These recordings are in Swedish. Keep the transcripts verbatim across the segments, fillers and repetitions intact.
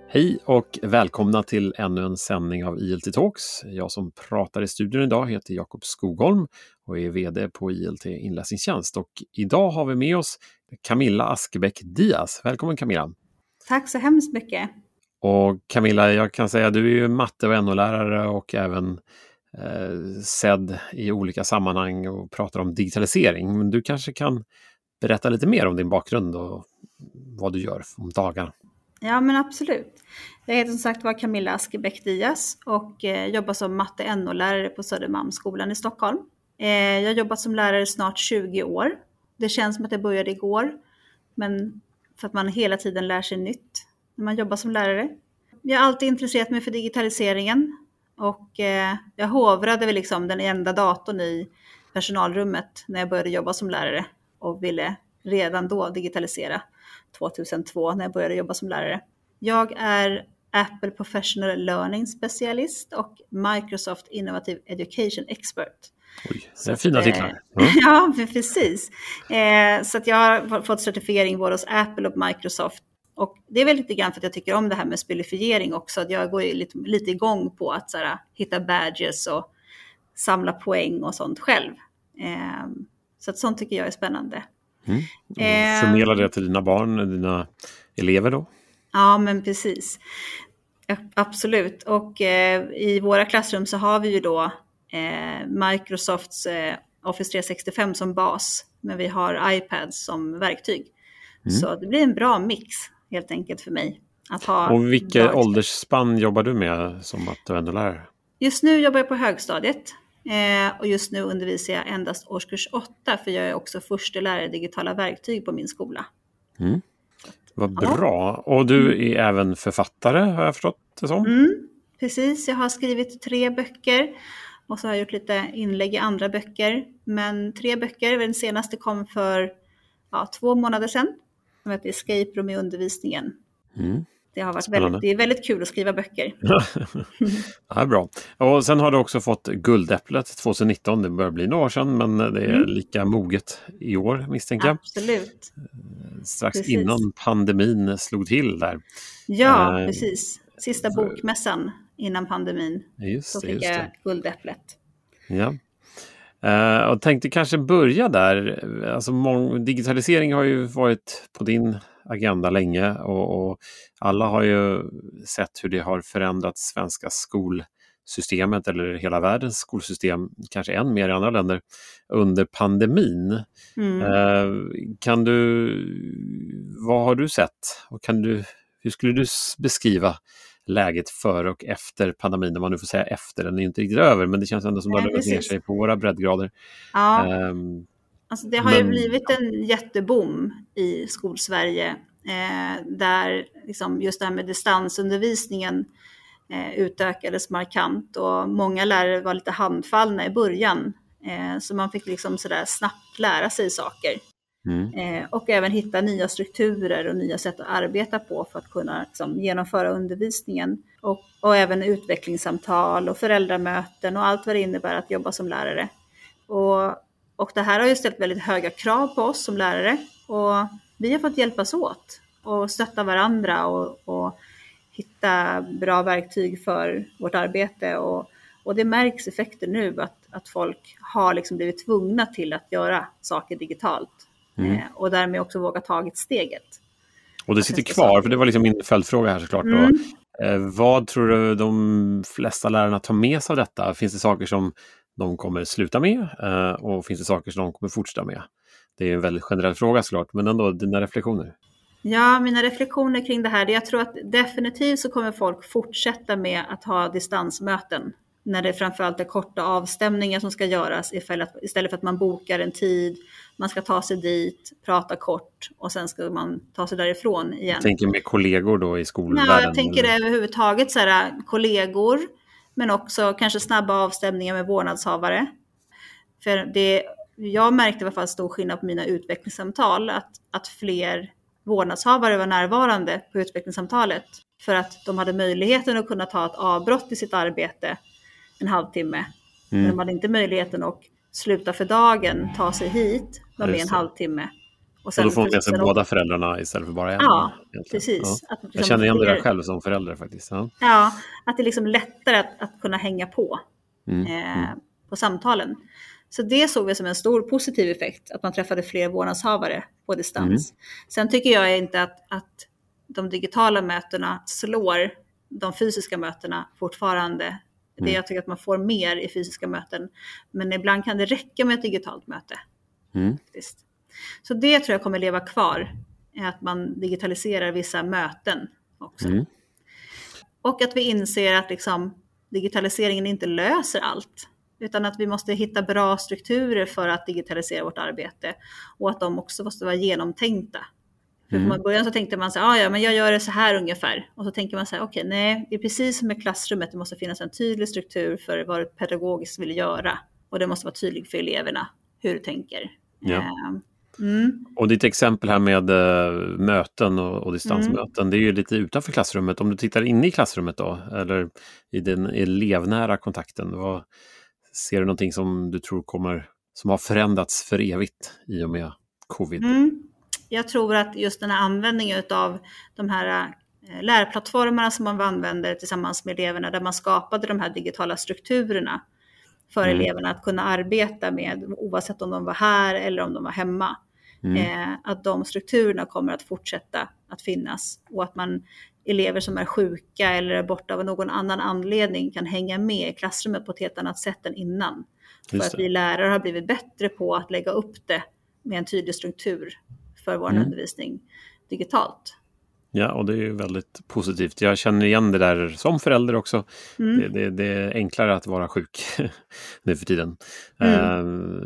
Hej och välkomna till ännu en sändning av I L T Talks. Jag som pratar i studion idag heter Jakob Skogholm och är vd på I L T Inläsningstjänst. Och idag har vi med oss Camilla Askebäck Diaz. Välkommen Camilla. Tack så hemskt mycket. Och Camilla, jag kan säga att du är ju matte- och N O-lärare och även eh, sedd i olika sammanhang och pratar om digitalisering. Men du kanske kan berätta lite mer om din bakgrund och vad du gör om dagarna. Ja, men absolut. Jag heter som sagt var Camilla Askebäck Diaz och eh, jobbar som matte-N O-lärare på Södermalmsskolan i Stockholm. Eh, jag har jobbat som lärare snart tjugo år. Det känns som att det började igår, men för att man hela tiden lär sig nytt när man jobbar som lärare. Jag har alltid intresserat mig för digitaliseringen och eh, jag hovrade väl liksom den enda datorn i personalrummet när jag började jobba som lärare och ville redan då digitalisera. tjugohundratvå när jag började jobba som lärare. Jag är Apple Professional Learning Specialist och Microsoft Innovative Education Expert. Oj, det är fina titlar. Mm. Ja, precis. Eh, så att jag har fått certifiering både hos Apple och Microsoft. Och det är väl lite grann för att jag tycker om det här med spelifiering också. Att jag går lite, lite igång på att så här, hitta badges och samla poäng och sånt själv. Eh, så att sånt tycker jag är spännande. Mm. Förmedla det till dina barn, dina elever då? Ja, men precis. Ja, absolut. Och eh, i våra klassrum så har vi ju då eh, Microsofts eh, Office tre sextiofem som bas. Men vi har iPads som verktyg. Mm. Så det blir en bra mix helt enkelt för mig. Att ha och vilka åldersspann jobbar du med som matte- och N O-lärare? Just nu jobbar jag på högstadiet. Eh, och just nu undervisar jag endast årskurs åtta för jag är också första lärare i digitala verktyg på min skola. Mm. Vad bra. Och du är mm. även författare har jag förstått det som? Mm, precis, jag har skrivit tre böcker och så har jag gjort lite inlägg i andra böcker. Men tre böcker, den senaste kom för ja, två månader sedan. Som heter Escape Room i undervisningen. Mm. Det har varit väldigt, det är väldigt kul att skriva böcker. Ja, bra. Och sen har du också fått Guldäpplet tjugonitton. Det börjar bli några år sedan, men det är mm. lika moget i år misstänker jag. Absolut. Strax precis. Innan pandemin slog till där. Ja, eh, precis. Sista bokmässan innan pandemin. Just så det, fick just jag det. Guldäpplet. Ja. Uh, och tänkte kanske börja där. Alltså, mång- digitalisering har ju varit på din agenda länge och, och alla har ju sett hur det har förändrat svenska skolsystemet eller hela världens skolsystem, kanske än mer i andra länder, under pandemin. Mm. Uh, kan du, vad har du sett? Och kan du, hur skulle du beskriva läget före och efter pandemin, när man nu får säga efter, den är inte riktigt över, men det känns ändå som att det har ner sig på våra breddgrader. Ja, um, alltså det har men... ju blivit en jätteboom i skolsverige eh, där liksom just det här med distansundervisningen eh, utökades markant och många lärare var lite handfallna i början eh, så man fick liksom sådär snabbt lära sig saker. Mm. Eh, och även hitta nya strukturer och nya sätt att arbeta på för att kunna liksom, genomföra undervisningen och, och även utvecklingssamtal och föräldramöten och allt vad det innebär att jobba som lärare. Och, och det här har ju ställt väldigt höga krav på oss som lärare och vi har fått hjälpas åt och stötta varandra och, och hitta bra verktyg för vårt arbete och, och det märks effekter nu att, att folk har liksom blivit tvungna till att göra saker digitalt. Mm. Eh, och därmed också våga tagit steget. Och det sitter kvar, saker. För det var liksom min följdfråga här såklart. Mm. Och, eh, vad tror du de flesta lärarna tar med sig av detta? Finns det saker som de kommer sluta med eh, och finns det saker som de kommer fortsätta med? Det är en väldigt generell fråga såklart, men ändå dina reflektioner. Ja, mina reflektioner kring det här, det jag tror att definitivt så kommer folk fortsätta med att ha distansmöten. När det framförallt är korta avstämningar som ska göras istället för att man bokar en tid, man ska ta sig dit, prata kort och sen ska man ta sig därifrån igen. Jag tänker med kollegor då i skolvärlden? Ja, jag tänker det överhuvudtaget så här, kollegor, men också kanske snabba avstämningar med vårdnadshavare. För det, jag märkte i alla fall stor skillnad på mina utvecklingssamtal att, att fler vårdnadshavare var närvarande på utvecklingssamtalet för att de hade möjligheten att kunna ta ett avbrott i sitt arbete en halvtimme. Mm. Men de hade inte möjligheten att sluta för dagen, ta sig hit, vara med en halvtimme Och, sen och då får man med sig båda föräldrarna istället för bara en. Ja, egentligen. Precis. Ja. Att, liksom, jag känner igen fler... det där själv som förälder faktiskt. Ja, ja att det är liksom lättare att, att kunna hänga på mm. eh, Mm. på samtalen. Så det såg vi som en stor positiv effekt, att man träffade fler vårdnadshavare på distans. Mm. Sen tycker jag inte att, att de digitala mötena slår de fysiska mötena fortfarande. Mm. Det jag tycker att man får mer i fysiska möten. Men ibland kan det räcka med ett digitalt möte. Mm. Så det tror jag kommer leva kvar. Att man digitaliserar vissa möten också. Mm. Och att vi inser att liksom, digitaliseringen inte löser allt. Utan att vi måste hitta bra strukturer för att digitalisera vårt arbete. Och att de också måste vara genomtänkta. För mm. från början så tänkte man så här, ah, ja men jag gör det så här ungefär. Och så tänker man så här, okej okay, nej, det är precis som i klassrummet. Det måste finnas en tydlig struktur för vad du pedagogiskt vill göra. Och det måste vara tydligt för eleverna hur du tänker. Ja. Mm. Och ditt exempel här med uh, möten och, och distansmöten, mm. det är ju lite utanför klassrummet. Om du tittar in i klassrummet då, eller i den elevnära kontakten, vad, ser du någonting som du tror kommer, som har förändrats för evigt i och med covid? Mm. Jag tror att just den här användningen av de här lärplattformarna som man använder tillsammans med eleverna, där man skapade de här digitala strukturerna för mm. eleverna att kunna arbeta med, oavsett om de var här eller om de var hemma. Mm. Eh, att de strukturerna kommer att fortsätta att finnas, och att man, elever som är sjuka eller är borta av någon annan anledning, kan hänga med i klassrummet på ett helt annat sätt än innan. För att vi lärare har blivit bättre på att lägga upp det med en tydlig struktur för vår mm. undervisning digitalt. Ja, och det är ju väldigt positivt. Jag känner igen det där som förälder också. Mm. Det, det, det är enklare att vara sjuk nu för tiden. Mm. Uh,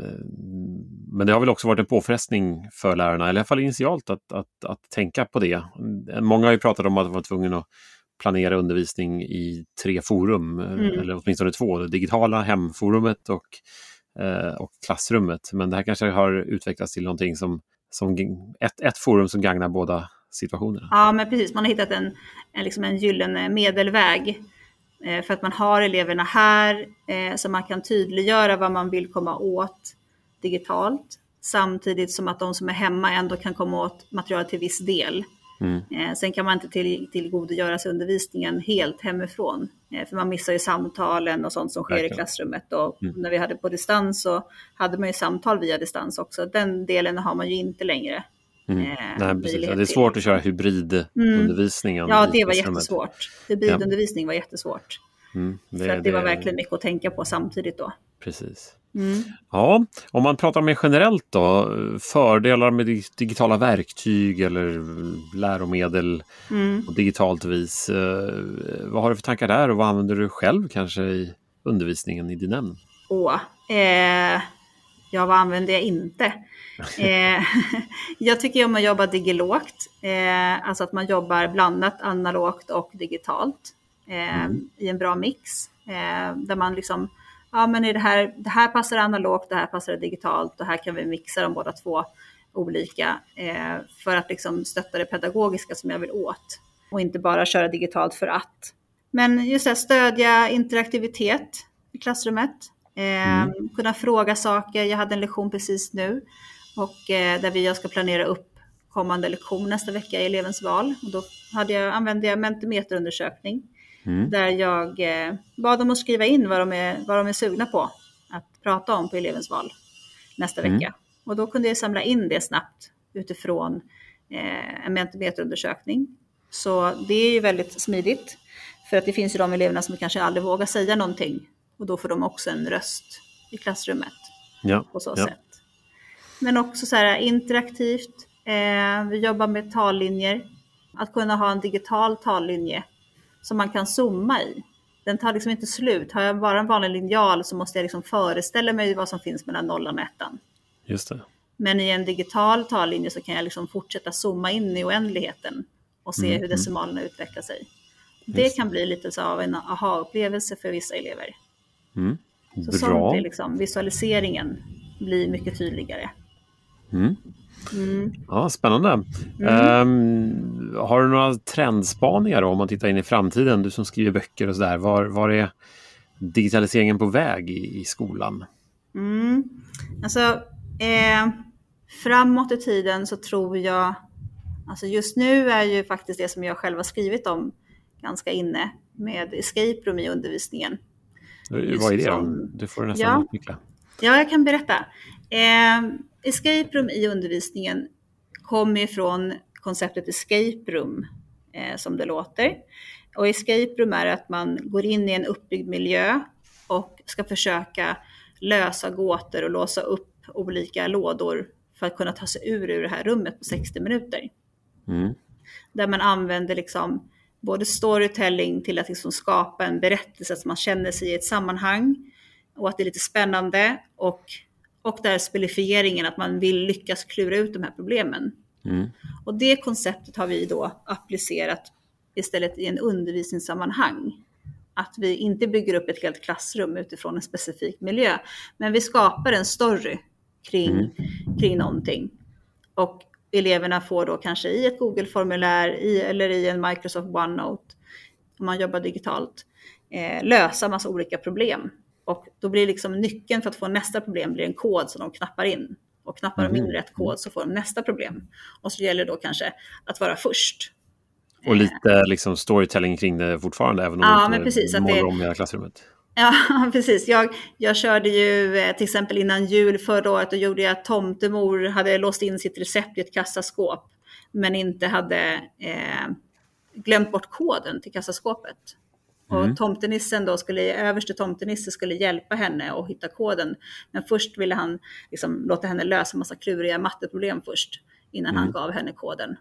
men det har väl också varit en påfrestning för lärarna, eller i alla fall initialt, att, att, att tänka på det. Många har ju pratat om att de var tvungna att planera undervisning i tre forum, mm. eller åtminstone två. Det digitala, hemforumet och, uh, och klassrummet. Men det här kanske har utvecklats till någonting som, som ett, ett forum som gagnar båda situationerna. Ja, men precis. Man har hittat en, en, liksom en gyllene medelväg eh, för att man har eleverna här eh, så man kan tydliggöra vad man vill komma åt digitalt, samtidigt som att de som är hemma ändå kan komma åt material till viss del. Mm. Eh, sen kan man inte till, tillgodogöra sig undervisningen helt hemifrån, eh, för man missar ju samtalen och sånt som sker Verkligen. i klassrummet. Och mm. när vi hade på distans så hade man ju samtal via distans också. Den delen har man ju inte längre. Mm. Eh, Nej, precis. Ja, det är svårt att köra hybridundervisningen. Mm. Ja, det var jättesvårt. Hybridundervisning ja. var jättesvårt. Mm. Det, för att det, det var verkligen mycket att tänka på samtidigt då. Precis. Mm. Ja, om man pratar mer generellt då, fördelar med digitala verktyg eller läromedel mm. på digitalt vis. Eh, vad har du för tankar där och vad använder du själv kanske i undervisningen i din ämne? Åh, eh... Ja, vad använder jag inte? Eh, jag tycker om att jobba digilågt. Eh, alltså att man jobbar blandat analogt och digitalt. Eh, mm. I en bra mix. Eh, där man liksom, ja men är det här, det här passar analogt, det här passar digitalt. Och här kan vi mixa de båda två olika. Eh, för att liksom stötta det pedagogiska som jag vill åt. Och inte bara köra digitalt för att. Men just det här, stödja interaktivitet i klassrummet. Eh, mm. Kunna fråga saker. Jag hade en lektion precis nu och eh, där vi ska planera upp kommande lektion nästa vecka i elevens val, och då hade jag, använde jag mentimeterundersökning mm. där jag eh, bad dem att skriva in vad de, är, vad de är sugna på att prata om på elevens val nästa mm. vecka, och då kunde jag samla in det snabbt utifrån eh, en mentimeterundersökning. Så det är ju väldigt smidigt, för att det finns ju de eleverna som kanske aldrig vågar säga någonting. Och då får de också en röst i klassrummet ja, på så ja. sätt. Men också så här interaktivt. Eh, vi jobbar med tallinjer. Att kunna ha en digital tallinje som man kan zooma i. Den tar liksom inte slut. Har jag bara en vanlig linjal så måste jag liksom föreställa mig vad som finns mellan nollan och ettan. Just det. Men i en digital tallinje så kan jag liksom fortsätta zooma in i oändligheten och se mm, hur decimalerna mm. utvecklar sig. Det Just. kan bli lite så av en aha-upplevelse för vissa elever. Mm. Så sånt är liksom, visualiseringen blir mycket tydligare. Mm. Mm. Ja, spännande. Mm. Um, har du några trendspaningar då, om man tittar in i framtiden? Du som skriver böcker och sådär. Var, var är digitaliseringen på väg i, i skolan? Mm. Alltså, eh, framåt i tiden så tror jag, alltså just nu är ju faktiskt det som jag själv har skrivit om ganska inne med escape room i undervisningen. Just vad är det som, du får nästan ja, utveckla. Ja, jag kan berätta. Eh, escape room i undervisningen kommer från konceptet escape room, eh, som det låter. Och escape room är att man går in i en uppbyggd miljö och ska försöka lösa gåtor och låsa upp olika lådor för att kunna ta sig ur, ur det här rummet på sextio minuter. Mm. Där man använder liksom både storytelling till att liksom skapa en berättelse så att man känner sig i ett sammanhang och att det är lite spännande, och, och där spelifieringen, att man vill lyckas klura ut de här problemen. Mm. Och det konceptet har vi då applicerat istället i en undervisningssammanhang. Att vi inte bygger upp ett helt klassrum utifrån en specifik miljö, men vi skapar en story kring, mm. kring någonting. Och eleverna får då kanske i ett Google-formulär i, eller i en Microsoft OneNote, om man jobbar digitalt, eh, lösa massa olika problem. Och då blir liksom nyckeln för att få nästa problem blir en kod som de knappar in. Och knappar de in rätt kod så får de nästa problem. Och så gäller det då kanske att vara först. Och lite liksom storytelling kring det fortfarande, även om ja, det men precis, inte målar om hela klassrummet. Ja, precis. Jag, jag körde ju till exempel innan jul förra året, och gjorde jag att tomtemor hade låst in sitt recept i ett kassaskåp, men inte hade eh, glömt bort koden till kassaskåpet. Mm. Och tomtenissen då skulle, överste tomtenissen skulle hjälpa henne att hitta koden. Men först ville han liksom låta henne lösa en massa kluriga matteproblem först, innan mm. han gav henne koden.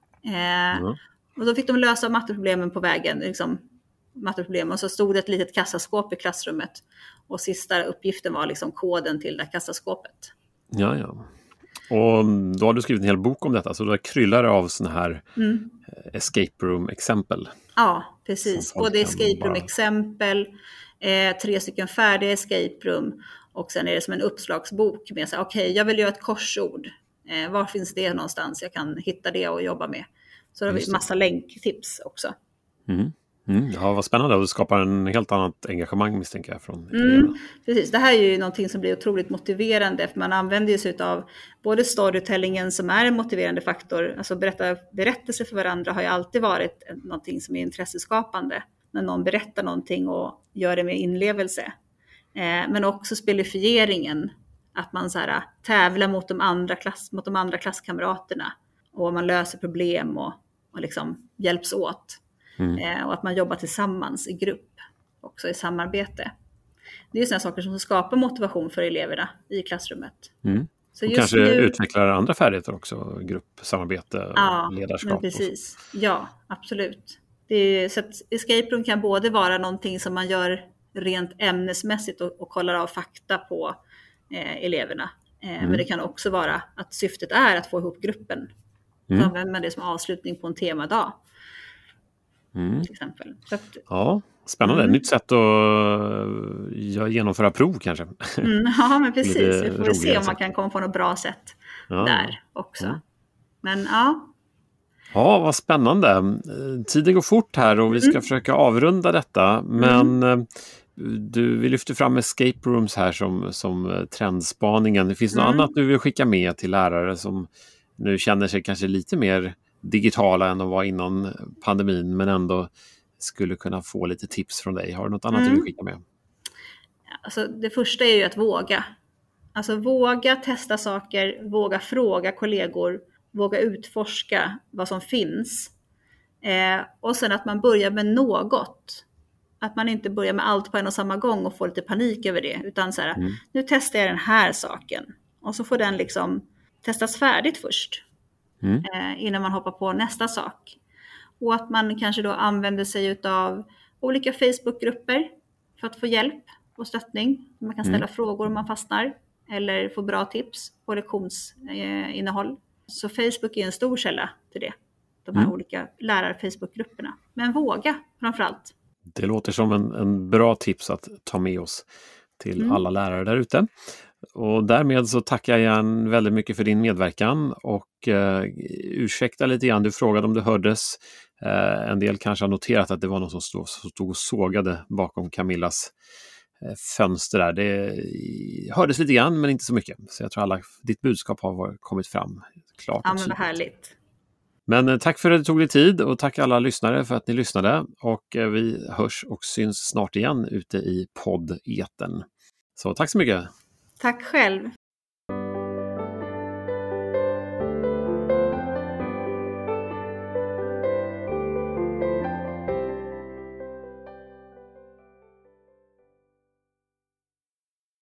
Eh, mm. Och då fick de lösa matteproblemen på vägen, liksom matteproblem. Och så stod det ett litet kassaskåp i klassrummet. Och sista uppgiften var liksom koden till det kassaskåpet. Ja, ja. Och då har du skrivit en hel bok om detta, så då kryllar det av såna här mm. escape room-exempel. Ja, precis. Både escape room-exempel, eh, tre stycken färdiga escape room, och sen är det som en uppslagsbok med så okej, okay, jag vill göra ett korsord. Eh, var finns det någonstans? Jag kan hitta det och jobba med. Så det har vi massa länktips också. Mm. Mm, ja, vad spännande, och det skapar en helt annat engagemang, misstänker jag, från mm, precis, det här är ju någonting som blir otroligt motiverande, för man använder ju sig av både storytellingen som är en motiverande faktor, alltså berätta berättelser för varandra har ju alltid varit någonting som är intresseskapande, när någon berättar någonting och gör det med inlevelse, eh, men också spelifieringen, att man så här, tävlar mot de andra, klass, mot de andra klasskamraterna, och man löser problem och, och liksom hjälps åt. Mm. Eh, och att man jobbar tillsammans i grupp, också i samarbete. Det är ju sådana saker som skapar motivation för eleverna i klassrummet. Mm. Så och kanske nu utvecklar andra färdigheter också, gruppsamarbete, ja, ledarskap. Precis. Ja, absolut. Det är, så att escape room kan både vara någonting som man gör rent ämnesmässigt och, och kollar av fakta på eh, eleverna. Eh, mm. Men det kan också vara att syftet är att få ihop gruppen. Mm. Så använder man det som avslutning på en temadag. Mm. Till exempel. Så att, ja, spännande. Mm. Nytt sätt att genomföra prov kanske. Mm, ja, men precis. Vi får se om man kan komma på något bra sätt ja. där också. Ja. Men ja. Ja, vad spännande. Tiden går fort här och vi ska mm. försöka avrunda detta. Men mm. du, vi lyfter fram escape rooms här som, som trendspaningen. Det finns mm. något annat du vill skicka med till lärare som nu känner sig kanske lite mer digitala än de var innan pandemin, men ändå skulle kunna få lite tips från dig. Har du något annat mm. du vill skicka med? Alltså, det första är ju att våga. Alltså våga testa saker, våga fråga kollegor, våga utforska vad som finns. Eh, och sen att man börjar med något. Att man inte börjar med allt på en och samma gång och får lite panik över det. Utan så här, mm. nu testar jag den här saken. Och så får den liksom testas färdigt först. Mm. Eh, innan man hoppar på nästa sak. Och att man kanske då använder sig av olika Facebookgrupper för att få hjälp och stöttning. Man kan ställa mm. frågor om man fastnar eller få bra tips på lektionsinnehåll. Eh, Så Facebook är en stor källa till det. De här mm. olika lärar-Facebookgrupperna. Men våga framförallt. Det låter som en, en bra tips att ta med oss till mm. alla lärare där ute. Och därmed så tackar jag igen väldigt mycket för din medverkan och eh, ursäkta lite grann, du frågade om det hördes. Eh, en del kanske har noterat att det var någon som stod, som stod och sågade bakom Camillas fönster där. Det hördes lite grann men inte så mycket. Så jag tror alla ditt budskap har kommit fram klart. Ja, men vad härligt. Men tack för att du tog dig tid och tack alla lyssnare för att ni lyssnade. Och vi hörs och syns snart igen ute i podd-eten. Så tack så mycket. Tack själv.